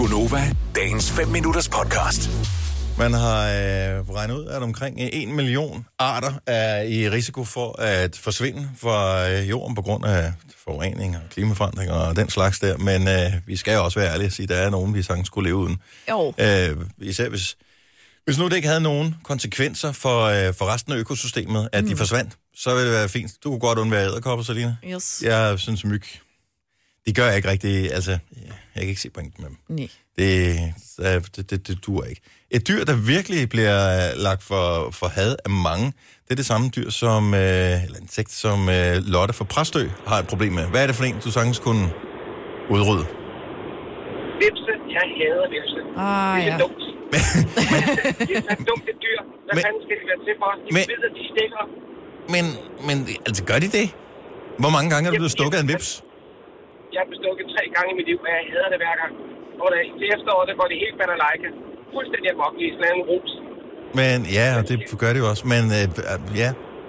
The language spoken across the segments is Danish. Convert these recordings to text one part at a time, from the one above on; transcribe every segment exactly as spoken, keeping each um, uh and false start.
Gonova, dagens fem minutters podcast. Man har øh, regnet ud, at omkring en million arter er i risiko for at forsvinde fra øh, jorden på grund af forurening og klimaforandringer og den slags der. Men øh, vi skal jo også være ærlige og sige, at der er nogen, vi sagtens skulle leve uden. Jo. Øh, især hvis, hvis nu det ikke havde nogen konsekvenser for, øh, for resten af økosystemet, at mm. de forsvandt, så ville det være fint. Du kunne godt undvære edderkopper, Selina. Yes. Jeg synes myg. De gør jeg ikke rigtig, altså, jeg kan ikke se pointen med dem. Nej. Det, det, det, det duer ikke. Et dyr, der virkelig bliver lagt for, for had af mange, det er det samme dyr som, øh, eller insekt, som øh, Lotte fra Præstø har et problem med. Hvad er det for en, du sagtens kunne udrydde? Vipse, jeg hader vipse. Ah, det er ja. så dumt. det er så dumt et dyr. Hvad Men- fanden skal de være til for? De Men- ved, at de stikker. Men, men altså, gør de det? Hvor mange gange er du blevet stukket af en vips? Jeg har bestukket tre gange i mit liv, og jeg hader det hver gang. Og der, til efteråret, der går det helt balalajka. Fuldstændig amok i sådan en ros. Men ja, og det gør det jo også. Men øh, ja.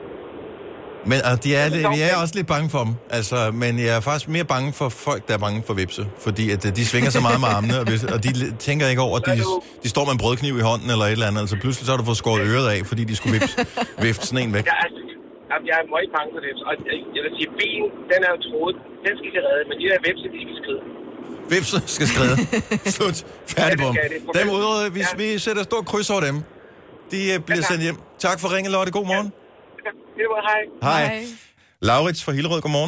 Men og de er, vi er også lidt bange for dem. Altså, men jeg er faktisk mere bange for folk, der er bange for vipse. Fordi at, de svinger så meget med armene, og, hvis, og de tænker ikke over, at de, de står med en brødkniv i hånden eller et eller andet. Altså pludselig så har du fået skåret øret af, fordi de skulle vips, vifte sådan en væk. Jeg er, jeg er meget bange for det. Og jeg vil sige, ben, den er jo troet. Den skal de redde, men de der vipse, de skal skride. Vipse skal skride. Slut. Færdig på dem. Ja, det skal det. Dem udrydder, hvis Ja. vi sætter stort kryds over dem. De øh, bliver Ja, tak. sendt hjem. Tak for ringen, Lotte. God morgen. Det var hej. Hej. Laurits fra Hillerød, godmorgen.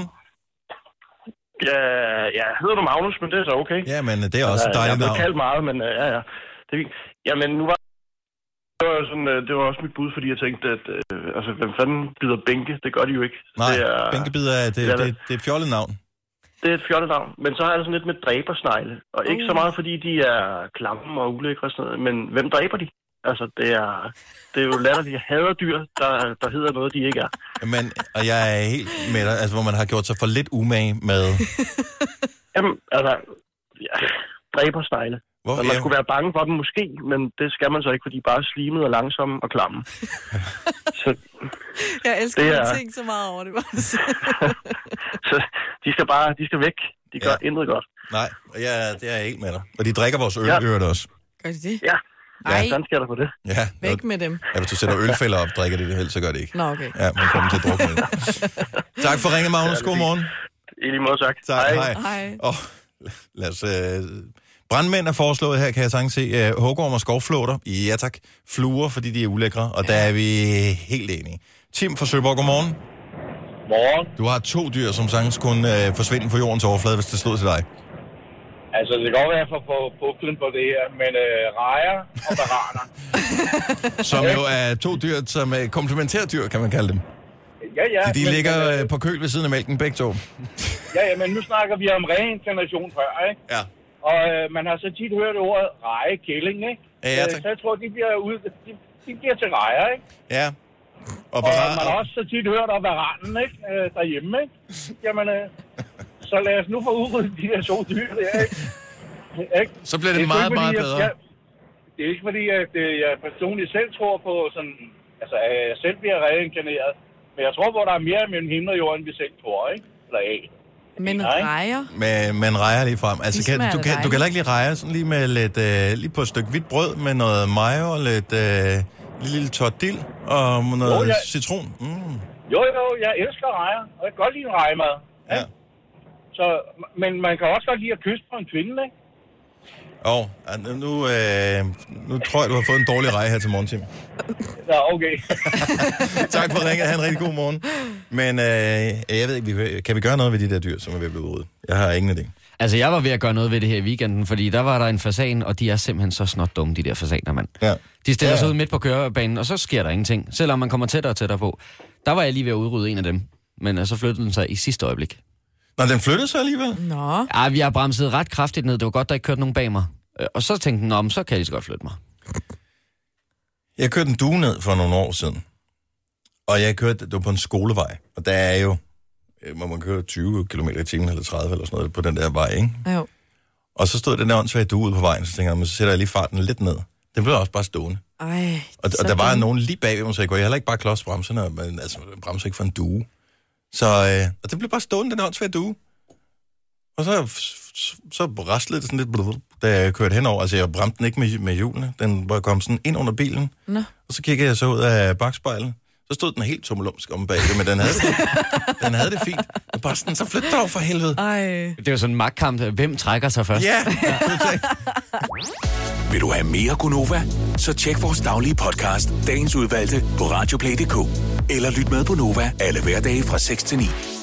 Ja, jeg hedder du Magnus, men det er så okay. Ja, men det er også et jeg dejligt er blevet navn. kaldt meget, men uh, ja, ja. Det er fint. Jamen, nu var det var, sådan, uh, det var også mit bud, fordi jeg tænkte, at uh, altså, hvem fanden bider bænke? Det gør de jo ikke. Nej, det er, bænkebider er, det, det er det, det er et fjollet navn. Det er et fjollet navn. Men så har jeg sådan lidt med dræbersnegle. Og ikke så meget, fordi de er klamme og ulækre og sådan noget, men hvem dræber de? Altså, det er, det er jo latterligt. Jeg hader dyr, der, der hedder noget, de ikke er. Men, og jeg er helt med dig, altså, hvor man har gjort sig for lidt umage med... Jamen, altså, ja, dræbersnegle. Hvorfor? Man skulle være bange for dem måske, men det skal man så ikke, fordi de bare er slimede og langsomme og klamme. så, Jeg elsker Det det er- er... ting så meget over det. Bare. så de skal bare, de skal væk. De gør Ja. ja. intet godt. Nej, og jeg, det er jeg helt med dig. Og de drikker vores øl, Ja. øvrigt også. Gør de det? Ja, Ej, sådan sker der på det. Ja, væk med dem. ja, hvis du sætter ølfælder op, drikker de det helt, så gør det ikke. Nå, okay. Ja, man får dem til at drukke det. Tak for ringen, Magnus. God morgen. I lige måde, tak. Tak, hej. Hej. Oh, lad os... Øh, brandmænd er foreslået her, kan jeg sagtens se. Øh, hugorm og skovflåter. Ja tak. Fluer, fordi de er ulækre. Og ja. Der er vi helt enige. Tim fra Søborg, godmorgen. Morgen. Du har to dyr, som sagtens kunne øh, forsvinde fra jordens overflade, hvis det stod til dig. Altså, det kan godt være for på puklen på det her, men øh, rejer og baraner. Som jo er to dyr, som er komplementære dyr, kan man kalde dem. Ja, ja. De men, ligger men, øh, på køl ved siden af mælken, begge to. Ja, ja, men nu snakker vi om reinkarnation før, ikke? Ja. Og øh, man har så tit hørt ordet reje-kælling, ikke? Ja, ja, Øh, tak. så jeg tror, de bliver, ud, de, de bliver til rejer, ikke? Ja. Og, Og man har også så tit hørt om varanen, ikke? Øh, derhjemme, ikke? Jamen, øh, så lad os nu få udryddet de her to dyr der, ikke? ikke? så bliver det, er sgu meget, ikke, fordi, meget jeg- bedre. Jeg, det er ikke fordi, at øh, jeg personligt selv tror på sådan... Altså, at jeg selv bliver reinkarneret. Men jeg tror på, at der er mere mellem himmel og jord, end vi selv tror, ikke? Eller af. Men Nej. rejer? Men, men rejer lige frem. Altså, De kan, smager du, kan, da du kan heller ikke lige rejer sådan lige med lidt, øh, lige på et stykke hvidt brød med noget mayo og lidt øh, lille, lille tot dild og noget Jo, jeg- citron. Mm. Jo, jo, jeg elsker rejer. Og jeg kan godt lide en rejemad. Ja. Så, men man kan også godt lide at kysse på en kvinde, ikke? Og nu, øh, nu tror jeg, du har fået en dårlig rej her til morgen, Tim. Ja, okay. Tak for ringet. Ha' en rigtig god morgen. Men øh, jeg ved ikke, vi, kan vi gøre noget ved de der dyr, som er ved at blive udryddet? Jeg har ingen idé. Altså, jeg var ved at gøre noget ved det her i weekenden, fordi der var der en fasan, og de er simpelthen så snot dumme, de der fasaner, mand. Ja. De stiller Ja. sig ud midt på kørebanen, og så sker der ingenting, selvom man kommer tættere og tættere på. Der var jeg lige ved at udrydde en af dem, men øh, så flyttede den sig i sidste øjeblik. Nå, den flyttede sig alligevel? Nå. Ja, vi har bremset ret kraftigt ned. Det var godt, der ikke kørte nogen bag mig. Øh, Og så tænkte den, om så kan jeg lige så godt flytte mig. Jeg kørte en due ned for nogle år siden. Og jeg kørte, det var på en skolevej. Og der er jo, øh, må man køre tyve kilometer i timen eller tredive eller sådan noget på den der vej, ikke? Jo. Og så stod den der åndssvage due ude på vejen, så tænkte jeg, men så sætter jeg lige farten lidt ned. Den blev også bare stående. Ej, Og, og der var nogen lige bagved mig, så jeg kunne heller ikke bare klodse bremserne, men altså, bremser ikke for en due. Så, øh, og det blev bare stående, den åndssvage due. Og så, så, så raslede det sådan lidt, blub, da jeg kørte henover. Altså, jeg brændte den ikke med, med hjulene. Den var kommet sådan ind under bilen. Nå. Og så kiggede jeg så ud af bakspejlet. Så stod den helt tummelumsk om bag det, men den havde det, den havde det fint. Og bare sådan, så flyt dog for helvede. Ej. Det er jo sådan en magtkamp. Hvem trækker sig først? Ja, Vil du have mere Gunova? Så tjek vores daglige podcast, dagens udvalgte, på radioplay punktum d k. Eller lyt med på Nova alle hverdage fra seks til ni.